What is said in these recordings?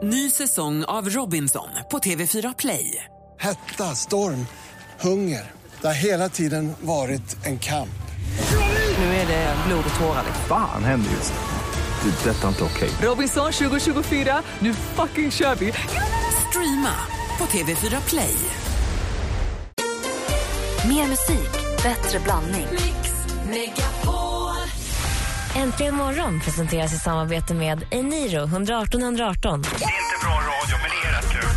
Ny säsong av Robinson på TV4 Play. Hetta, storm, hunger. Det har hela tiden varit en kamp. Nu är det blod och tårar. Fan händer just det. Det är detta inte okej. Robinson 2024, nu fucking kör vi. Streama på TV4 Play. Mer musik, bättre blandning. Mix Megapol. Äntligen morgon presenteras i samarbete med Eniro 118 118. Det är inte bra radio, men det är rätt kul.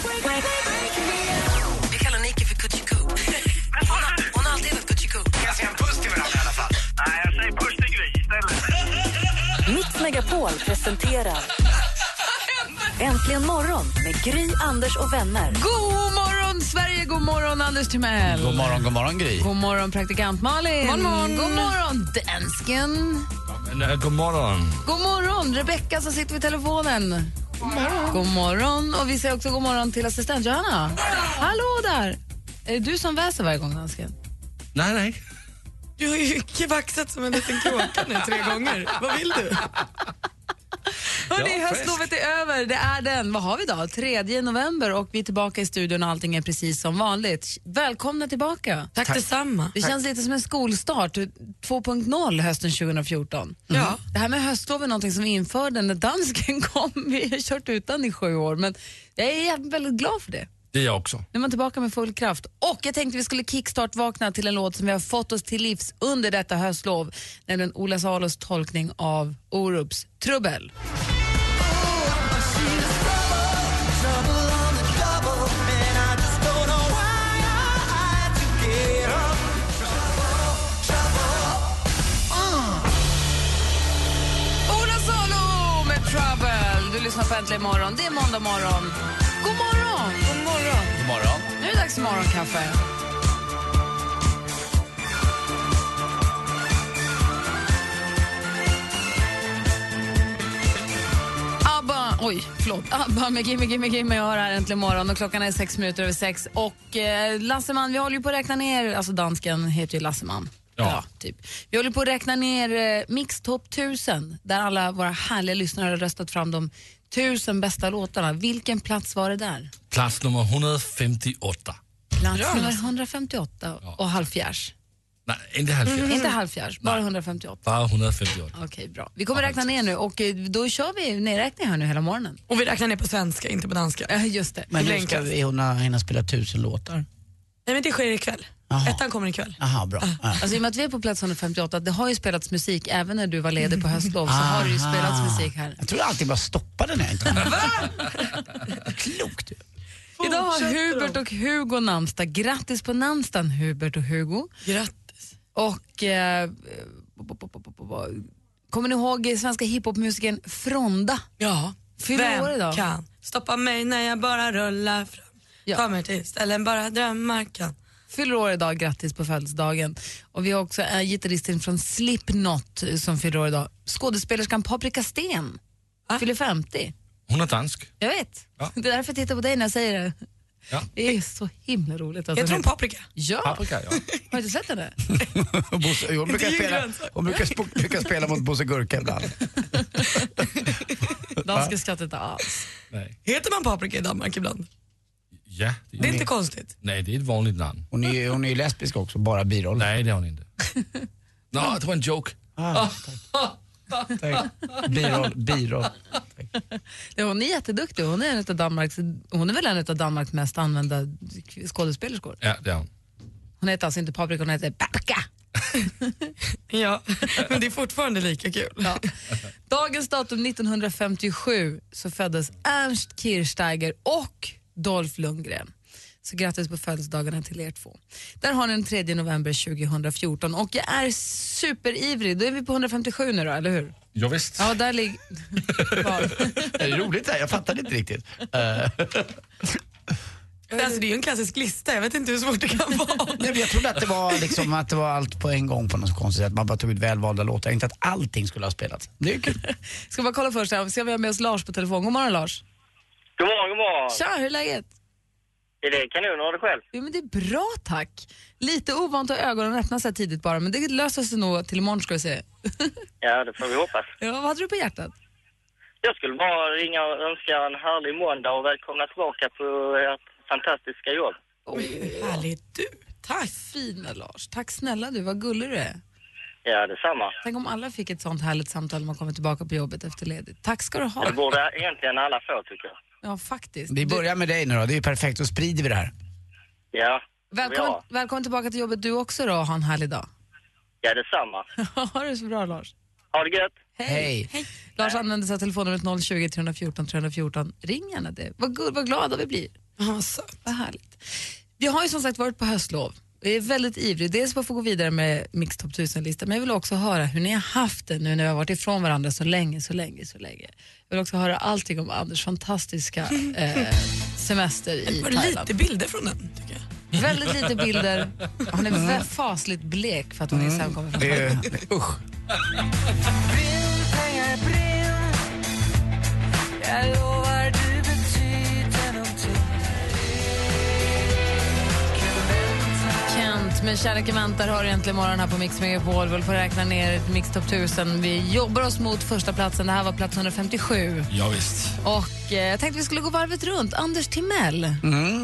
Vi kallar Nike för Kutchiku. Hon har alltid varit Kutchiku. Jag säger en puss till varandra i alla fall. Nej, jag säger puss till Gry istället. Mix Megapol presenterar Äntligen morgon med Gry, Anders och vänner. God morgon Sverige, god morgon Anders Timell. God morgon Gry. God morgon praktikant Malin. God morgon dansken. God morgon. God morgon Rebecka som sitter vid telefonen. God morgon. Och vi säger också god morgon till assistent Johanna. Hallå där. Är det du som väser varje gång, dansken? Nej. Du har ju kvaxat som en liten kråka nu 3 gånger. Vad vill du? Hörrni, höstlovet är över. Det är den, vad har vi då? 3 november och vi är tillbaka i studion och allting är precis som vanligt. Välkomna tillbaka. Tack detsamma. Det känns lite som en skolstart 2.0 hösten 2014. Ja. Det här med höstlov är någonting som vi införde när dansken kom. Vi har kört utan i 7 år, men jag är väldigt glad för det. Det är jag också. Nu är man tillbaka med full kraft. Och jag tänkte vi skulle kickstart-vakna till en låt som vi har fått oss till livs under detta höstlov. Nämligen Ola Salos tolkning av Orups Trubbel. Ola Salo med Trouble. Du lyssnar på Äntligen morgon. Det är måndag morgon. God morgon! God morgon! God morgon. Nu är det dags för morgonkaffe. Abba med Gimme. Jag har här äntligen morgon och klockan är 6:06. Och Lasseman, vi håller ju på att räkna ner, alltså dansken heter ju Lasseman. Ja, typ. Vi håller på att räkna ner Mix Top 1000 där alla våra härliga lyssnare har röstat fram de 1000 bästa låtarna. Vilken plats var det där? Plats nummer 158. Plats nummer 158 och halvfjärs. Nej, inte halvfjärs. Inte halvfjärs, bara 158. Bara 158. Okej, bra. Vi kommer räkna ner nu och då kör vi nedräkning här nu hela morgonen. Och vi räknar ner på svenska, inte på danska. Ja, just det. Men nu ska vi hinna spela 1000 låtar. Nej, men det sker ikväll. Aha. Ettan kommer ikväll. Aha, bra. Alltså i och med att vi är på plats 158, det har ju spelats musik även när du var ledig på höstlov, så har det ju spelats musik här. Jag tror alltid bara stoppade när jag inte var. Klokt. Idag har Hubert och Hugo namnsdag. Grattis på namnsdagen Hubert och Hugo. Grattis. Och kommer ni ihåg svenska hiphopmusikern Fronda? Ja. Fyller år idag. Vem kan stoppa mig när jag bara rullar fram? Ja. Ta mig till ställen bara drömmar kan. Fyller år idag, grattis på födelsedagen. Och vi har också gitarristen från Slipknot som fyller år idag. Skådespelerskan Paprika Sten fyller 50. Hon är dansk. Jag vet. Ja. Det är därför jag tittar på dig när jag säger det. Ja. Det är så himla roligt. Alltså, Jag tror Paprika. Ja. Paprika, ja. Har du inte sett henne? Hon brukar spela mot Bosse Gurka ibland. Danska skrattar inte alls. Nej. Heter man Paprika i Danmark ibland? Ja. Det är inte konstigt. Nej, det är ett vanligt namn. Hon är ju lesbisk också, bara biroll. Nej, det är hon inte. Det var en joke. Tack. Biroll. Ja, hon är jätteduktig. Hon är väl en av Danmarks mest använda skådespelerskor. Ja, det är hon. Hon heter alltså inte Paprika, hon heter Paprika. Ja, men det är fortfarande lika kul. Ja. Dagens datum 1957 så föddes Ernst Kirchsteiger och Dolph Lundgren. Så grattis på födelsedagarna till er två. Där har ni den 3 november 2014 och jag är superivrig. Då är vi på 157 nu då, eller hur? Ja, visst. Ja, där ligger... Det är roligt här, jag fattar inte riktigt. Alltså, det är ju en klassisk lista, jag vet inte hur svårt det kan vara. Nej, men jag trodde att det var liksom, att det var allt på en gång på något konstigt sätt. Man bara tog ut välvalda låtar, inte att allting skulle ha spelats. Det är kul. Ska bara kolla först här, ska vi ha med oss Lars på telefon. God morgon Lars. God morgon. Tja, hur är läget? Är det kanon, har du själv? Jo, men det är bra, tack. Lite ovant att ögonen öppnas så här tidigt bara, men det löser sig nog till imorgon ska vi se. Ja, det får vi hoppas. Ja, vad hade du på hjärtat? Jag skulle bara ringa och önska en härlig måndag och välkomna tillbaka på ert fantastiska jobb. Härligt du. Tack fina Lars. Tack snälla du, vad gullig du är. Ja, detsamma. Tänk om alla fick ett sånt härligt samtal när man kommer tillbaka på jobbet efter ledigt. Tack ska du ha. Det borde egentligen alla få, tycker jag. Ja, faktiskt. Vi börjar med dig nu då, det är ju perfekt, så sprider vi det här. Ja. Välkommen tillbaka till jobbet du också då, och ha en härlig dag. Ja, detsamma. Ha det så bra Lars. Ha det gött. Hej. Lars använder sig av telefonnumret 020 314 314. Ring gärna det. Vad glada vi blir. Vad härligt. Vi har ju som sagt varit på höstlov. Jag är väldigt ivrig. Dels på att få gå vidare med Mix Top 1000-listan, men jag vill också höra hur ni har haft det nu när vi har varit ifrån varandra så länge. Jag vill också höra allting om Anders fantastiska semester i Thailand. Lite bilder från den, tycker jag. Väldigt lite bilder. Han är fasligt blek för att hon är samkommen från Thailand. Usch. Jag lovar du betyder någonting. Kent med Kärleken väntar har egentligen morgon här på Mix Megapol. Vi håller på att räkna ner Mix Top 1000. Vi jobbar oss mot första platsen. Det här var plats 157. Ja, visst. Och jag tänkte vi skulle gå varvet runt. Anders Timell.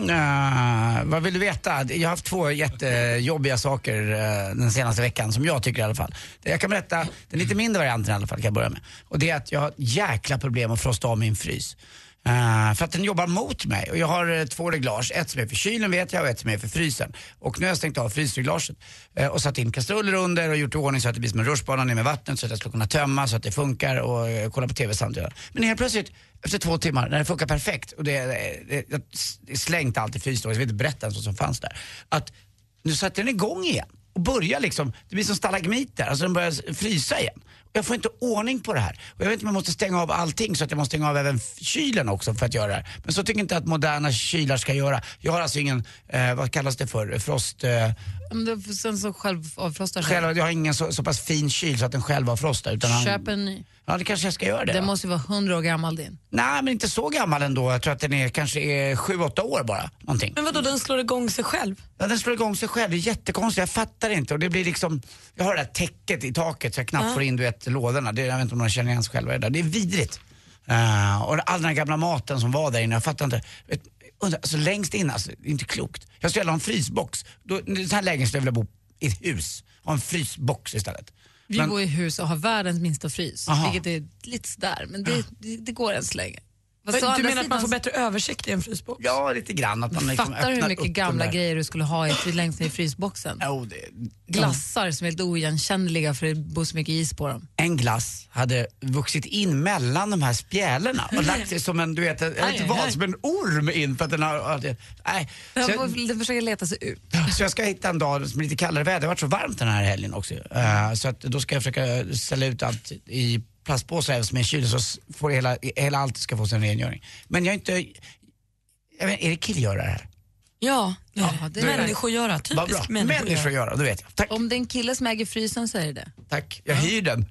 Vad vill du veta? Jag har haft 2 jättejobbiga saker den senaste veckan, som jag tycker i alla fall. Jag kan berätta den lite mindre varianten i alla fall, kan jag börja med. Och det är att jag har jäkla problem att frosta av min frys. För att den jobbar mot mig. Och jag har 2 reglage. Ett som är för kylen vet jag och ett som är för frysen. Och nu har jag stängt av frysreglaget och satt in kastruller under och gjort i ordning så att det blir som en rutschbana ner med vattnet, så att jag ska kunna tömma så att det funkar och kolla på tv samtidigt. Men helt plötsligt efter 2 timmar när det funkar perfekt och det slängt allt i fryslåget, jag vet inte berätta en sån som fanns där, att nu sätter den igång igen och börjar liksom, det blir som stalagmiter, alltså den börjar frysa igen. Jag får inte ordning på det här. Och jag vet inte om jag måste stänga av allting, så att jag måste stänga av även kylen också för att göra det här. Men så tycker jag inte att moderna kylar ska göra. Jag har alltså ingen, vad kallas det för? Frost... Sen så själv avfrostar sig. Jag har ingen så pass fin kyl så att den själv avfrostar. Köp en ny. Ja, det kanske jag ska göra det. Den måste vara 100 år gammal din. Nej, men inte så gammal ändå. Jag tror att den kanske är 7-8 år bara. Någonting. Men vadå, den slår igång sig själv? Ja, den slår igång sig själv. Det är jättekonstigt, jag fattar inte. Och det blir liksom, jag har det där täcket i taket så jag knappt får in lådorna. Jag vet inte om någon känner igen sig själva det är vidrigt. Och all den här gamla maten som var där inne, jag fattar inte. Alltså längst in, alltså, det är inte klokt. Jag skulle ha en frysbox. I så här lägen skulle jag vilja bo i ett hus. Ha en frysbox istället. Vi bor i hus och har världens minsta frys. Aha. Vilket är lite sådär, men det går än så länge. Du menar att man får bättre översikt i en frysbox? Ja, lite grann. Att man liksom fattar hur mycket gamla grejer du skulle ha längst ner i frysboxen? Glassar som är helt oigenkännliga för det bor så mycket is på dem. En glass hade vuxit in mellan de här spjälerna och lagt sig som en, du vet, som en orm in för att den har... Den försöker leta sig ut. Så jag ska hitta en dag som är lite kallare väder. Det har varit så varmt den här helgen också. Så att då ska jag försöka ställa ut allt i plastpåsar som är kyl, så får hela allt ska få sin rengöring. Men jag är inte... är det killgöra det här? Ja, det är människogöra. Typiskt människogöra, då vet jag. Tack. Om det är en kille som äger frysen så är det. Tack, jag hyr den.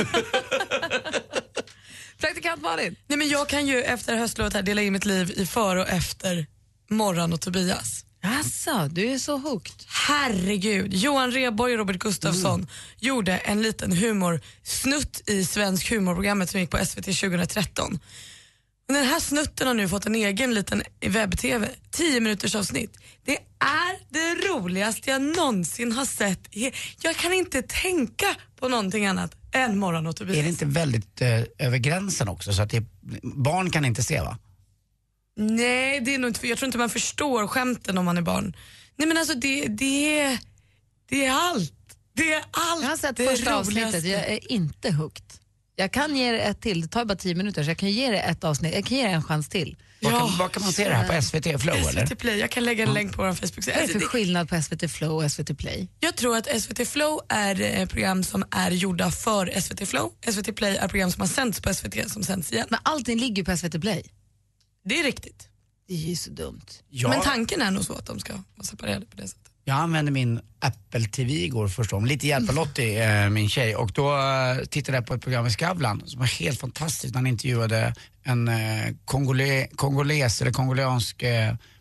Praktikant Malin. Nej, men jag kan ju efter höstlovet här dela in mitt liv i före och efter Morran och Tobias. Asså, du är så hooked. Herregud, Johan Rheborg och Robert Gustafsson gjorde en liten humorsnutt i svensk humorprogrammet som gick på SVT 2013. Och den här snutten har nu fått en egen liten webb-tv, 10 minuters avsnitt. Det är det roligaste jag någonsin har sett. Jag kan inte tänka på någonting annat än Morran och Tobias. Är det inte väldigt över gränsen också, så att barn kan inte se, va? Nej, det är nog inte, jag tror inte man förstår skämten om man är barn. Nej, men alltså det är allt. Det är allt. Jag har sett första avsnittet, jag är inte hooked. Jag kan ge det ett till, det tar bara 10 minuter, så jag kan ge det ett avsnitt, jag kan ge det en chans till. Var kan man se det här på SVT Flow eller? SVT Play, jag kan lägga en länk på vår Facebook. Vad är det för skillnad på SVT Flow och SVT Play? Jag tror att SVT Flow är program som är gjorda för SVT Flow. SVT Play är program som har sänds på SVT som sänds igen. Men allting ligger på SVT Play. Det är riktigt. Det är ju så dumt. Ja. Men tanken är nog så att de ska vara separerade på det sättet. Jag använde min Apple TV igår förstås, lite hjälp av Lottie, min tjej, och då tittade jag på ett program i Skavlan som var helt fantastiskt. Han intervjuade en kongoliansk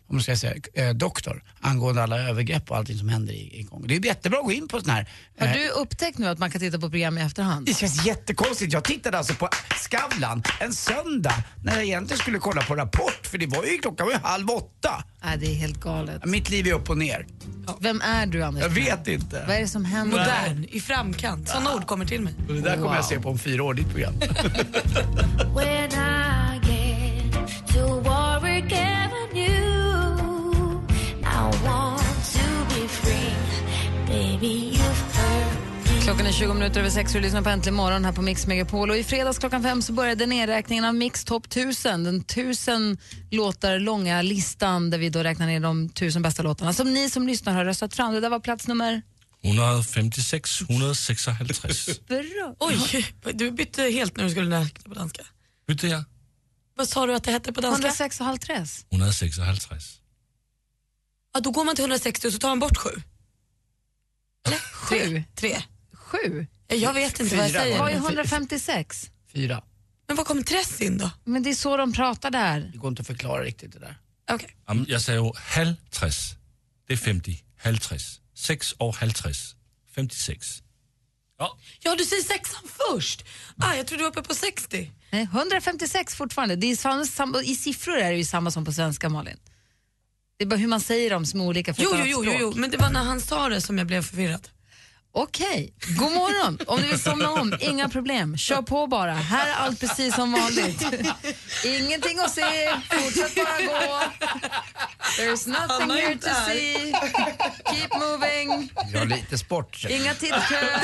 om man ska säga, doktor angående alla övergrepp och allting som händer i Kongo. Det är ju jättebra att gå in på sån här. Har du upptäckt nu att man kan titta på program i efterhand? Det känns jättekonstigt. Jag tittade alltså på Skavlan en söndag när jag egentligen skulle kolla på Rapport, för det var ju klockan var 7:30. Nej, det är helt galet. Mitt liv är upp och ner. Vem är du, Anders? Jag vet inte. Vad är det som händer? Modern, i framkant. Sådana ord kommer till mig. Och det där kommer jag se på om 4 år, ditt program. When I get to Warwick Avenue, I want to be free. Baby, you've heard me. Klockan är 20:20 och lyssnar på Äntligen morgon här på Mix Megapol. Och i fredags klockan 5 så började nedräkningen av Mix Top 1000. Den 1000 låtar långa listan där vi då räknar ner de 1000 bästa låtarna som ni som lyssnar har röstat fram. Det där var plats nummer 156, 156. Bra. Oj, du bytte helt när du skulle räkna på danska. Bytte jag? Vad sa du att det hette på danska? 106,5. 156. Ja, då går man till 160 och så tar man bort 7. Eller? 7. 3. 7. Jag vet inte vad jag säger. Vad är 156? 4. Men vad kommer Tress in då? Men det är så de pratar där. Det går inte att förklara riktigt det där. Okej. Jag säger ju halvtress. Det är 50. Halvtress. 6 och halvtress. 56. Ja, du säger 6an först. Jag tror du var uppe på 60. Nej, 156 fortfarande. Det är samma, i siffror är det ju samma som på svenska, Malin. Det är bara hur man säger dem som olika för ett annat språk. Jo, men det var när han sa det som jag blev förvirrad. Okej, god morgon. Om du vill somna om, inga problem. Kör på bara. Här är allt precis som vanligt. Ingenting att se, fortsätt bara gå. There's nothing here to see. Keep moving. Jag har lite sport. Inga tittköer.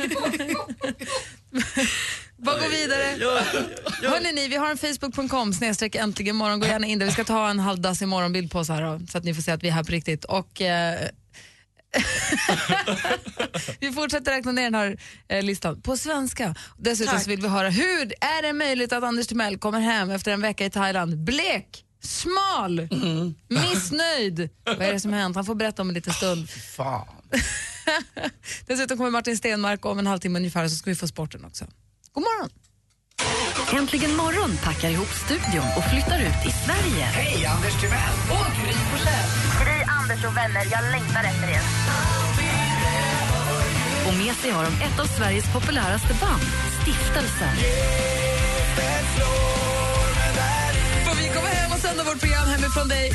Bara gå vidare. Hörrni, vi har en facebook.com/äntligen morgon. Gå gärna in där. Vi ska ta en halvdass i morgonbild på oss här då, så att ni får se att vi är här på riktigt. Och vi fortsätter räkna ner den här listan på svenska. Dessutom så vill vi höra, hur är det möjligt att Anders Timell kommer hem efter en vecka i Thailand blek, smal, missnöjd? Vad är det som har hänt? Han får berätta om en liten stund. Fan. Dessutom kommer Martin Stenmark om en halvtimme ungefär, så ska vi få sporten också. God morgon! Äntligen morgon packar ihop studion och flyttar ut i Sverige. Hej, Anders Timell! Och Gry Forssell. Gry, Anders och vänner, jag längtar efter er. Och med sig har de ett av Sveriges populäraste band, Stiftelsen. Får vi komma hem och sända vårt program hemifrån dig?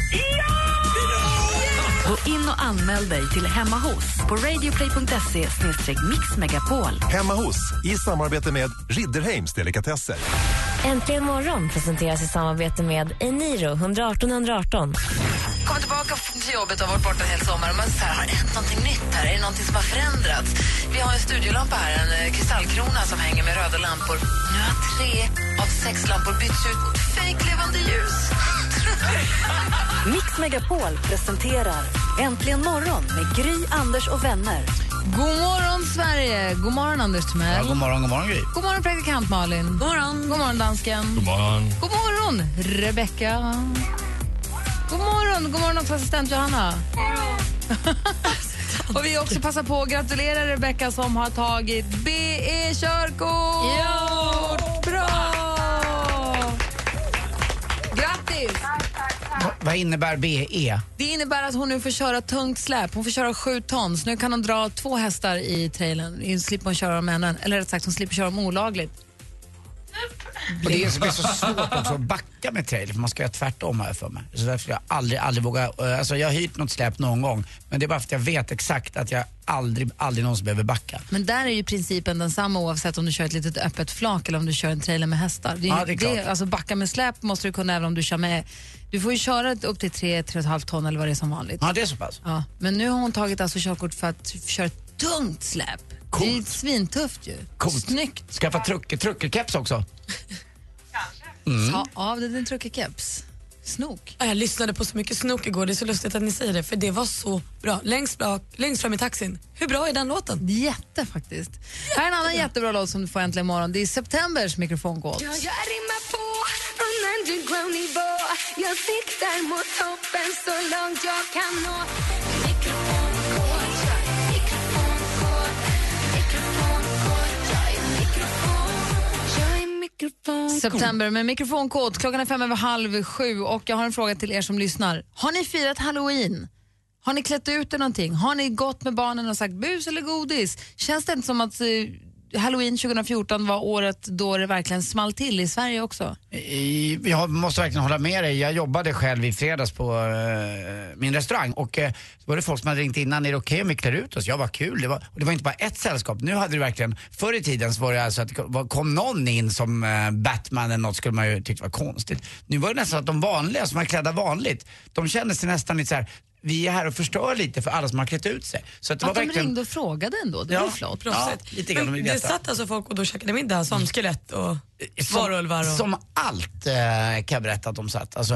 Gå in och anmäl dig till Hemma hos på radioplay.se/mixmegapol. Hemma hos, i samarbete med Ridderheims delikatesser. Äntligen morgon presenteras i samarbete med Eniro 118 118. Kommer tillbaka till jobbet och har varit borta en hel sommar. Man så här, har det hänt någonting nytt här? Är det någonting som har förändrats? Vi har en studiolampa här, en kristallkrona som hänger med röda lampor. Nu har 3 av 6 lampor bytts ut mot fejklevande ljus. Mix Megapol presenterar Äntligen morgon med Gry, Anders och vänner. God morgon Sverige, god morgon Anders Timell. Ja, god morgon Gry. God morgon praktikant Malin. God morgon dansken. God morgon. God morgon Rebecca. God morgon också assistent Johanna. Och vi också passar på att gratulera Rebecca som har tagit BE-körkort. Ja, bra! Grattis! Vad innebär BE? Det innebär att hon nu får köra tungt släp. Hon får köra 7 ton. Så nu kan hon dra 2 hästar i trailern. Slipper hon köra dem än. Eller rätt sagt, hon slipper köra dem olagligt. Och det är så svårt också att backa med trailer, för man ska göra tvärtom här för mig. Så därför jag aldrig våga, alltså jag har hyrt något släp någon gång, men det är bara för att jag vet exakt att jag aldrig någonsin behöver backa. Men där är ju principen densamma oavsett om du kör ett litet öppet flak eller om du kör en trailer med hästar. Det är klart. Alltså backa med släp måste du kunna även om du kör med. Du får ju köra upp till 3,5 ton eller vad det är som vanligt. Ja, det är så pass. Ja, men nu har hon tagit alltså körkort för att köra ett tungt släp. Coolt. Det är svintufft ju. Coolt. Snyggt. Skaffa truckerkeps också. Ta av dig din truckerkeps. Snok. Jag lyssnade på så mycket snok igår. Det är så lustigt att ni säger det, för det var så bra. Längst fram i taxin. Hur bra är den låten? Jätte faktiskt. Här är en annan jättebra låt som du får äntligen imorgon. Det är Septembers mikrofongåt. Jag rimmar på från underground nivå. Jag siktar mot toppen så långt jag kan nå. Mikrofongåt, jag är mikrofongåt. Mikrofongåt, jag är mikrofon. Jag är mikrofon. September med mikrofonkod. Klockan är 6:05 och jag har en fråga till er som lyssnar. Har ni firat Halloween? Har ni klätt ut er någonting? Har ni gått med barnen och sagt bus eller godis? Känns det inte som att Halloween 2014 var året då det verkligen small till i Sverige också? Jag måste verkligen hålla med dig. Jag jobbade själv i fredags på min restaurang och så var det folk som hade ringt innan, är det okej om vi klär ut oss? Ja, vad kul. Det var inte bara ett sällskap. Nu hade det verkligen, förr i tiden så var det alltså att det kom någon in som Batman eller något, skulle man ju tycka var konstigt. Nu var det nästan att de vanliga som var klädda vanligt, de kände sig nästan lite så här: vi är här och förstör lite för alla som har klätt ut sig. Så att det var de verkligen... ringde och frågade ändå, det var flott. Ja, lite grann. Men det satt alltså folk och då käkade middag som skelett och varulvar och... Som allt kan jag berätta att de satt. Alltså,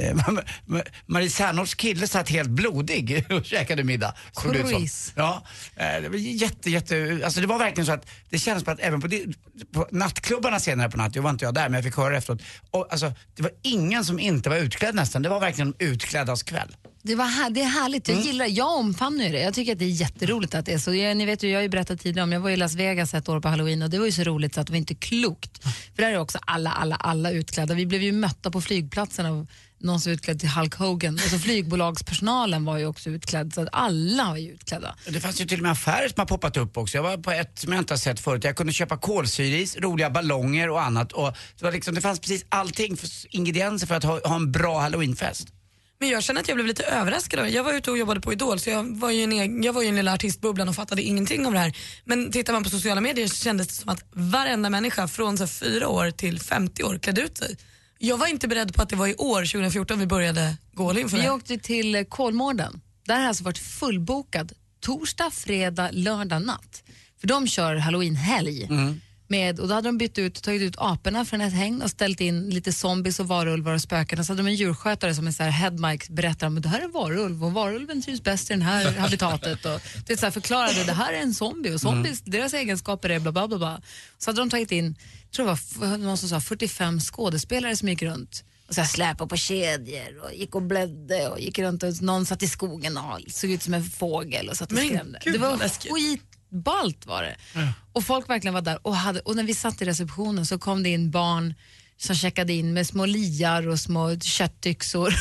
Marie Serneholtz kille satt helt blodig och käkade middag. Ja, det var jätte... Alltså det var verkligen så att det kändes på att även på nattklubbarna senare på natt, jag var inte jag där men jag fick höra efteråt. Och, alltså, det var ingen som inte var utklädd nästan. Det var verkligen utkläddas kväll. Det är härligt, jag omfamnar ju det. Jag tycker att det är jätteroligt att det är så. Ni vet ju, jag har ju berättat tidigare om, jag var i Las Vegas ett år på Halloween och det var ju så roligt så att det var inte klokt. För där är också alla utklädda. Vi blev ju mötta på flygplatsen av någon som var utklädd till Hulk Hogan. Och så flygbolagspersonalen var ju också utklädd, så att alla var ju utklädda. Det fanns ju till och med affärer som har poppat upp också. Jag var på ett som jag inte har sett förut. Jag kunde köpa kolsyris, roliga ballonger och annat. Och det var liksom, det fanns precis allting för ingredienser för att ha en bra Halloweenfest. Men jag känner att jag blev lite överraskad. Jag var ute och jobbade på Idol så jag var ju en lilla artistbubblan och fattade ingenting av det här. Men tittar man på sociala medier så kändes det som att varenda människa från så 4 år till 50 år klädde ut sig. Jag var inte beredd på att det var i år 2014 vi började gå all in för det. Vi åkte till Kolmården. Där har alltså varit fullbokad torsdag, fredag, lördag natt. För de kör Halloween-helg. Och då hade de tagit ut aporna från ett häng och ställt in lite zombies och varulvar och spöken. Och så hade de en djurskötare som är så här headmic berättar om att det här är varulv och varulven trivs bäst i det här habitatet. Och det är så här, förklarade det här är en zombie och zombies, deras egenskaper är bla bla bla bla. Så hade de tagit in, jag tror det var någon som sa 45 skådespelare som gick runt och så här släpade på kedjor och gick och blödde och gick runt och någon satt i skogen och såg ut som en fågel och satt och skrämde. Det var skitballt var det. Och folk verkligen var där och när vi satt i receptionen så kom det in barn som checkade in med små liar och små köttyxor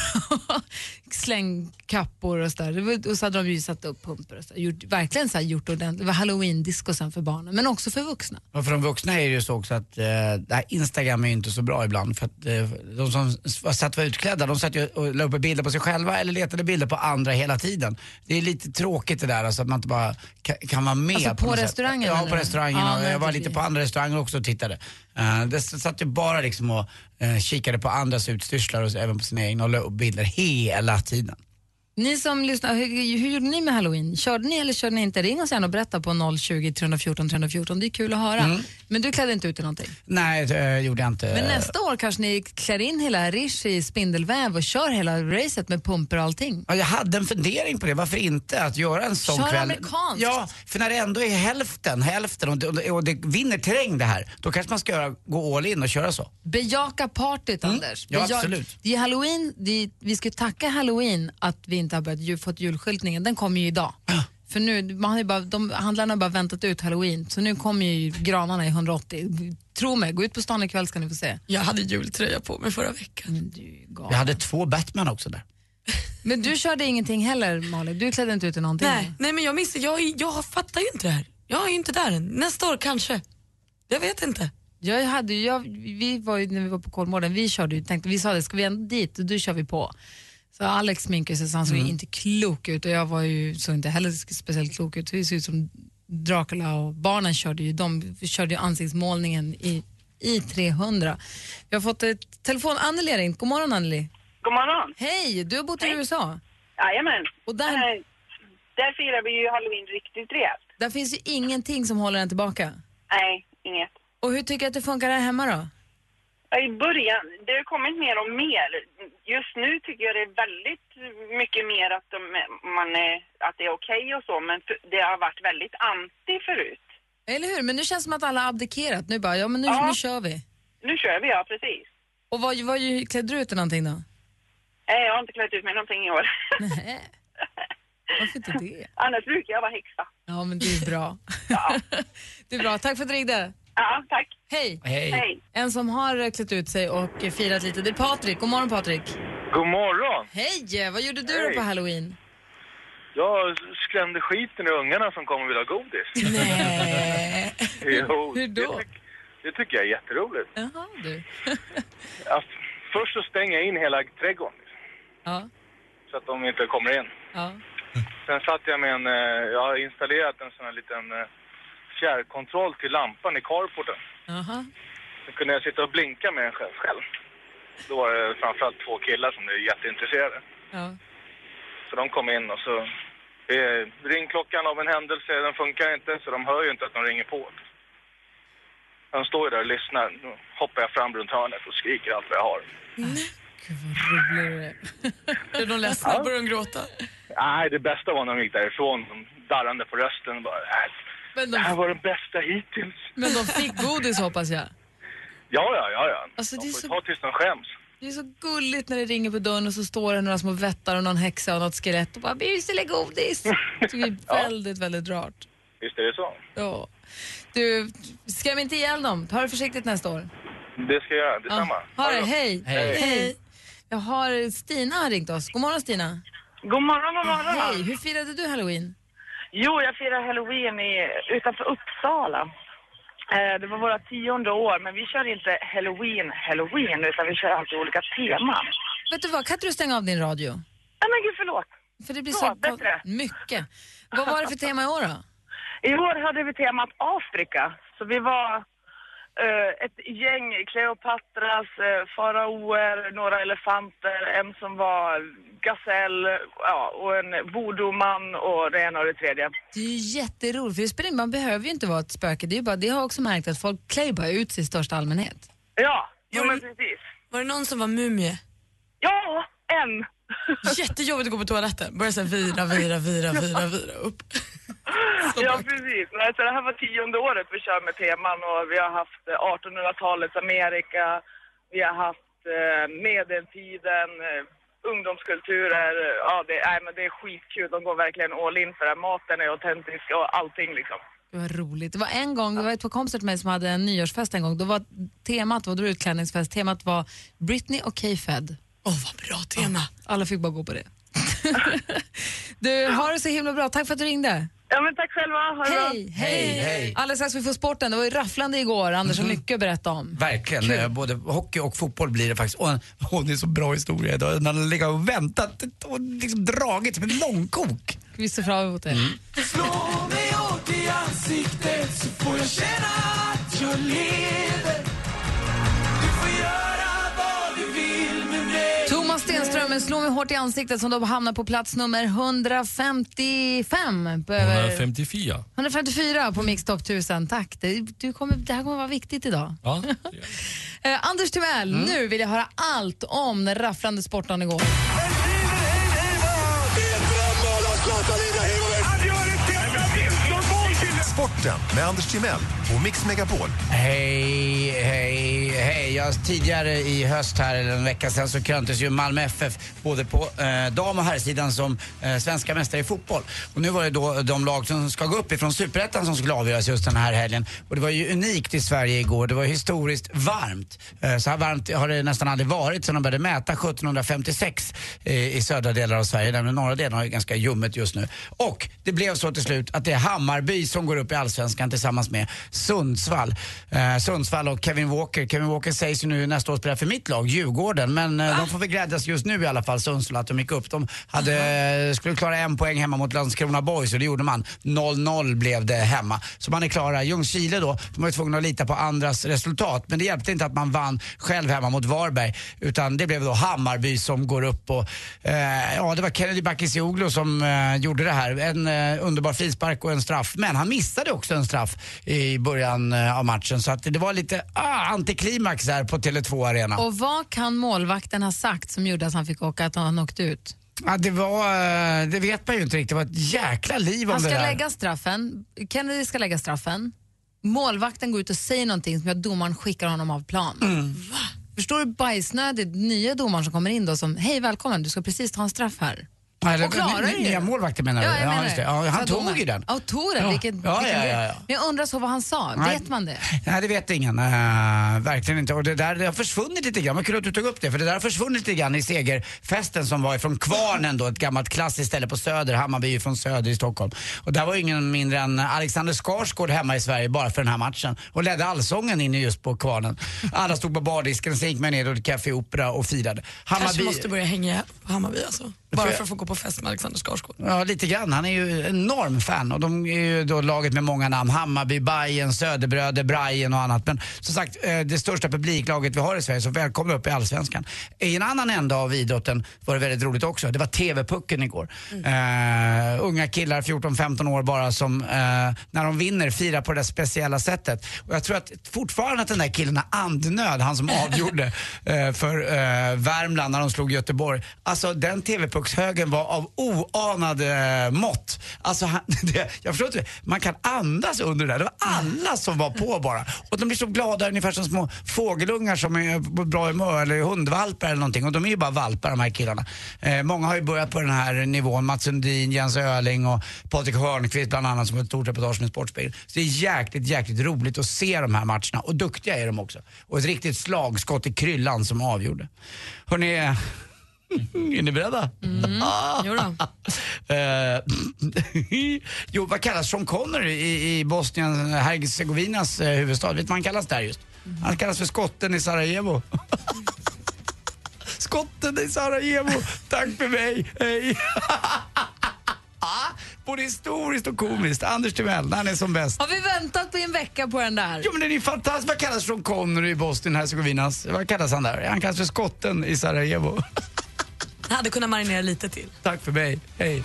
slängkappor och sådär. Och så hade de ju satt upp pumpor och sådär. Verkligen så här gjort ordentligt. Det var Halloween-disco sen för barnen, men också för vuxna. Och för de vuxna är det ju så också att det här Instagram är ju inte så bra ibland. För att de som var utklädda, de satt ju och la upp bilder på sig själva eller letade bilder på andra hela tiden. Det är lite tråkigt det där, alltså att man inte bara kan vara med. Alltså på restaurangen? Ja, på restaurangen. Ja, jag var lite på andra restauranger också och tittade. Det satt ju bara liksom och kikade på andras utstyrslar och även på sina egna och la upp bilder hela tiden. Ni som lyssnar, hur gjorde ni med Halloween? Körde ni eller körde ni inte? Ring oss gärna och berätta på 020 314 314. Det är kul att höra. Men du klädde inte ut i någonting? Nej, det gjorde jag inte. Men nästa år kanske ni klär in hela Rish i spindelväv och kör hela racet med pumper och allting? Ja, jag hade en fundering på det. Varför inte att göra en sån kväll? Kör amerikanskt. Ja, för när det ändå är hälften och det vinner terräng det här, då kanske man ska gå all in och köra så. Bejaka partyt, Anders. Ja, absolut. Det är Halloween, vi ska tacka Halloween att vi inte har fått julskyltningen. Den kommer ju idag. För nu, handlarna har bara väntat ut Halloween. Så nu kommer ju granarna i 180. Tro mig, gå ut på stan ikväll ska ni få se. Jag hade jultröja på mig förra veckan. Jag hade 2 Batman också där. Men du körde ingenting heller, Malin. Du klädde inte ut i någonting. Nej, men jag fattar ju inte det här. Jag är ju inte där än. Nästa år kanske. Jag vet inte. Vi var ju, när vi var på Kolmården, vi sa det, ska vi ändå dit? Och då kör vi på. Så Alex sminkade sig, han såg inte klok ut och jag såg inte heller speciellt klok ut. Vi såg ut som Dracula och barnen körde ju ansiktsmålningen i 300. Vi har fått ett telefon. Anneli ringt. God morgon, Anneli. God morgon. Hej, du har bott i USA. Jajamän. Och där firar vi ju Halloween riktigt rejält. Där finns ju ingenting som håller en tillbaka. Nej, inget. Och hur tycker du att det funkar här hemma då? I början, det har kommit mer och mer. Just nu tycker jag det är väldigt mycket mer att det är okej och så, men det har varit väldigt anti förut. Eller hur? Men nu känns det som att alla har abdikerat. Nu bara, nu kör vi. Nu kör vi, ja, precis. Och vad klädde du ut i någonting då? Nej, jag har inte klätt ut mig någonting i år. Nej. Varför inte det? Annars brukar jag vara häxa. Ja, men det är bra. Ja. Det är bra. Tack för att du ringde. Ja, tack. Hej. Hej. En som har klätt ut sig och firat lite, det är Patrik. God morgon, Patrik. God morgon. Hej, vad gjorde du då på Halloween? Jag skrämde skiten i ungarna som kommer och vill ha godis. Nej. Jo, Hur då? Det tycker jag är jätteroligt. Jaha, du. Alltså, först så stänger jag in hela trädgården. Ja. Så att de inte kommer in. Ja. Sen satt jag med jag har installerat en sån här liten fjärrkontroll till lampan i carporten. Aha. Så kunde jag sitta och blinka med den själv. Då var det framförallt 2 killar som är jätteintresserade. Ja. Så de kom in och så ringklockan av en händelse, den funkar inte så de hör ju inte att de ringer på. De står ju där och lyssnar. Då hoppar jag fram runt hörnet och skriker allt vad jag har. Gud vad rolig du är. Är de ledsna? Börjar de gråta? Nej, det bästa var när de gick därifrån. De darrande på rösten och bara, det här var den bästa hittills. Men de fick godis hoppas jag. Ja. Alltså, de det är får så... ta tills de skäms. Det är så gulligt när det ringer på dörren och så står det några små vättar och någon häxa och något skelett och bara bus eller godis. Det är väldigt, väldigt rart. Visst är det så. Ja. Du, skräm inte ihjäl dem. Ta det försiktigt nästa år. Det ska jag göra, detsamma. Ja. Ha det, hej. Hej. Jag har Stina har ringt oss. God morgon Stina. God morgon. Hej, hur firade du Halloween? Jo, jag firar Halloween utanför Uppsala. Det var våra 10:e år, men vi kör inte Halloween, utan vi kör alltid olika teman. Vet du vad, kan inte du stänga av din radio? Nej men gud, förlåt. För det blir så bättre. Mycket. Vad var det för tema i år då? I år hade vi temat Afrika. Så vi var ett gäng Kleopatras, faraoer, några elefanter, en som var gasell, och en voodoo-man och det ena och det tredje. Det är ju jätteroligt, för det spelar, man behöver ju inte vara ett spöke. Det är ju bara, det har jag också märkt att folk klär bara ut sig i största allmänhet. Ja, men precis. Var det någon som var mumie? Ja, en. Jättejobbigt att gå på toaletten. Börja så vira upp. Ja, precis. Så det här var 10:e året vi kör med teman och vi har haft 1800-talets Amerika, vi har haft medeltiden, ungdomskulturer. Ja, men det är skitkul. De går verkligen all in för det. Maten är autentisk och allting liksom. Det var roligt. Det var en gång, det var ett par kompisar med som hade en nyårsfest en gång. Då var temat, då var det utklädningsfest, temat var Britney och K-Fed. Vad bra tema. Alla fick bara gå på det. Du, har det så himla bra. Tack för att du ringde. Ja, men tack själva. Hej. Alldeles strax vi får sporten. Det var ju rafflande igår. Anders har mycket att berätta om. Verkligen. Både hockey och fotboll blir det faktiskt. Och det är så bra historia idag. När han ligger och väntat och liksom dragit som en långkok. Vi ser fram emot det. Slå mig åt i ansiktet så får jag känna att jag lever. Du får göra vad du vill med mig. Thomas Stenström, Slå mig hårt i ansiktet, som då hamnar på plats nummer 155. 154 på Mix Top 1000. Tack. Det här kommer vara viktigt idag. Ja. Anders Timell, nu vill jag höra allt om den rafflande sporten igår. Sporten med Anders Timell och Mix Megapol. Hej. Tidigare i höst här, eller en vecka sedan, så kröntes ju Malmö FF både på dam- och herrsidan som svenska mästare i fotboll. Och nu var det då de lag som ska gå upp ifrån Superettan som skulle avgöras just den här helgen. Och det var ju unikt i Sverige igår. Det var historiskt varmt. Så här varmt har det nästan aldrig varit sedan de började mäta 1756 i södra delar av Sverige. Den norra delen har ju ganska ljummet just nu. Och det blev så till slut att det är Hammarby som går upp i Allsvenskan tillsammans med Sundsvall. Sundsvall och Kevin Walker. Kevin Walker sägs ju nu nästa år spela för mitt lag, Djurgården. Men de får väl glädjas just nu i alla fall, Sundsvall, att de gick upp. De skulle klara 1 poäng hemma mot Landskrona Boys och det gjorde man. 0-0 blev det hemma. Så man är klara. Ljungskile då, de var ju tvungna att lita på andras resultat. Men det hjälpte inte att man vann själv hemma mot Varberg. Utan det blev då Hammarby som går upp. Och det var Kennedy Bakircioglu som gjorde det här. En underbar frispark och en straff. Men han missade också en straff i början av matchen. Så att det var lite antiklimax där på Tele2 Arena. Och vad kan målvakten ha sagt som gjorde att han fick åka, att han åkte ut? Ja, det vet man ju inte riktigt. Det var ett jäkla liv om han det där. ska lägga straffen. Kennedy ska lägga straffen. Målvakten går ut och säger någonting som gör att domaren skickar honom av plan. Va? Förstår du bajsnödigt nya domaren som kommer in då som, hej välkommen, du ska precis ta en straff här. Och klarar det. Nya målvakter menar du? Ja, jag menar just det. det. Ja, han tog ju den. Ja, tog den. Vilken Ja. Men jag undrar så vad han sa. Vet man det? Nej, det vet ingen. Verkligen inte. Och det har försvunnit lite grann. Man kunde inte ta upp det. För det där har försvunnit lite grann i segerfesten som var ifrån Kvarnen då. Ett gammalt klassiskt ställe på Söder. Hammarby är från Söder i Stockholm. Och där var ingen mindre än Alexander Skarsgård hemma i Sverige bara för den här matchen. Och ledde allsången in just på Kvarnen. Alla stod på bardisken, sen gick man ner och Café Opera och firade. Kanske måste börja hänga på Hammarby alltså. Bara för att få gå på fest med Alexander Skarsgård. Ja, lite grann. Han är ju enorm fan och de är ju då laget med många namn. Hammarby, Bajen, Söderbröder, Brajen och annat. Men som sagt, det största publiklaget vi har i Sverige, så välkomna upp i Allsvenskan. I en annan ända av idrotten var det väldigt roligt också. Det var TV-pucken igår. Unga killar, 14-15 år bara, som när de vinner firar på det speciella sättet. Och jag tror att fortfarande att den där killen har andnöd, han som avgjorde för Värmland när de slog Göteborg. Alltså den TV-puckshögen var av oanade mått. Alltså jag förstår inte, man kan andas under det där. Det var alla som var på bara. Och de blir så glada, ungefär som små fågelungar som är på bra humör, eller hundvalpar eller någonting. Och de är ju bara valpar, de här killarna. Många har ju börjat på den här nivån. Mats Sundin, Jens Öling och Patrik Hörnqvist bland annat, som har ett stort reportage med Sportspegeln. Så det är jäkligt roligt att se de här matcherna. Och duktiga är de också. Och ett riktigt slagskott i kryllan som avgjorde. Hörrni, är ni beredda? Jodå. Jo, vad kallas Sean Connery i Bosnien-Herzegovinas huvudstad? Vet man han kallas där just? Han kallas för skotten i Sarajevo. Skotten i Sarajevo. Tack för mig. Hej. Både historiskt och komiskt. Anders Timell, han är som bäst. Har vi väntat på en vecka på den där? Jo, men den är fantastisk. Vad kallas Sean Connery i Bosnien-Herzegovinas? Vad kallas han där? Han kallas för skotten i Sarajevo. Jag hade kunnat marinera lite till. Tack för mig. Hej.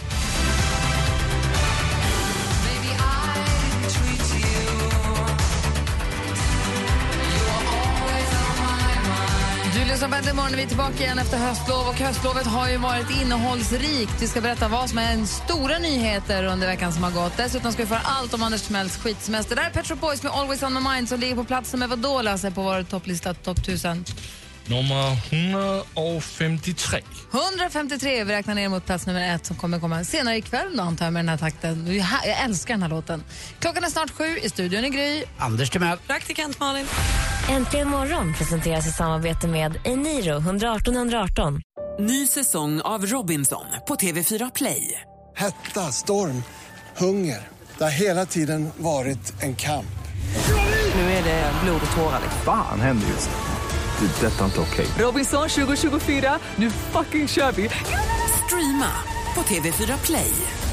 Du lyssnar på Äntligen morgon, vi är tillbaka igen efter höstlov, och höstlovet har ju varit innehållsrikt. Vi ska berätta vad som är en stora nyheter under veckan som har gått. Dessutom ska vi få allt om Anders Timells skitsemester. Där är Pet Shop Boys med Always on my mind som ligger på plats med vadå, Lasse, på vår topplista Topp 1000. Nummer 153. 153, vi räknar ner mot plats nummer 1 som kommer komma senare ikväll då, antar jag, med den här takten. Jag älskar den här låten. Klockan är snart 7, i studion i Gry. Anders Timell. Praktikant Malin. Äntligen morgon presenteras i samarbete med Eniro 118 118. Ny säsong av Robinson på TV4 Play. Hetta, storm, hunger. Det har hela tiden varit en kamp. Nu är det blod och tårar. Fan händer just det. Det är detta inte okej. Robinson 2024, nu fucking kör vi. Streama på TV4 Play.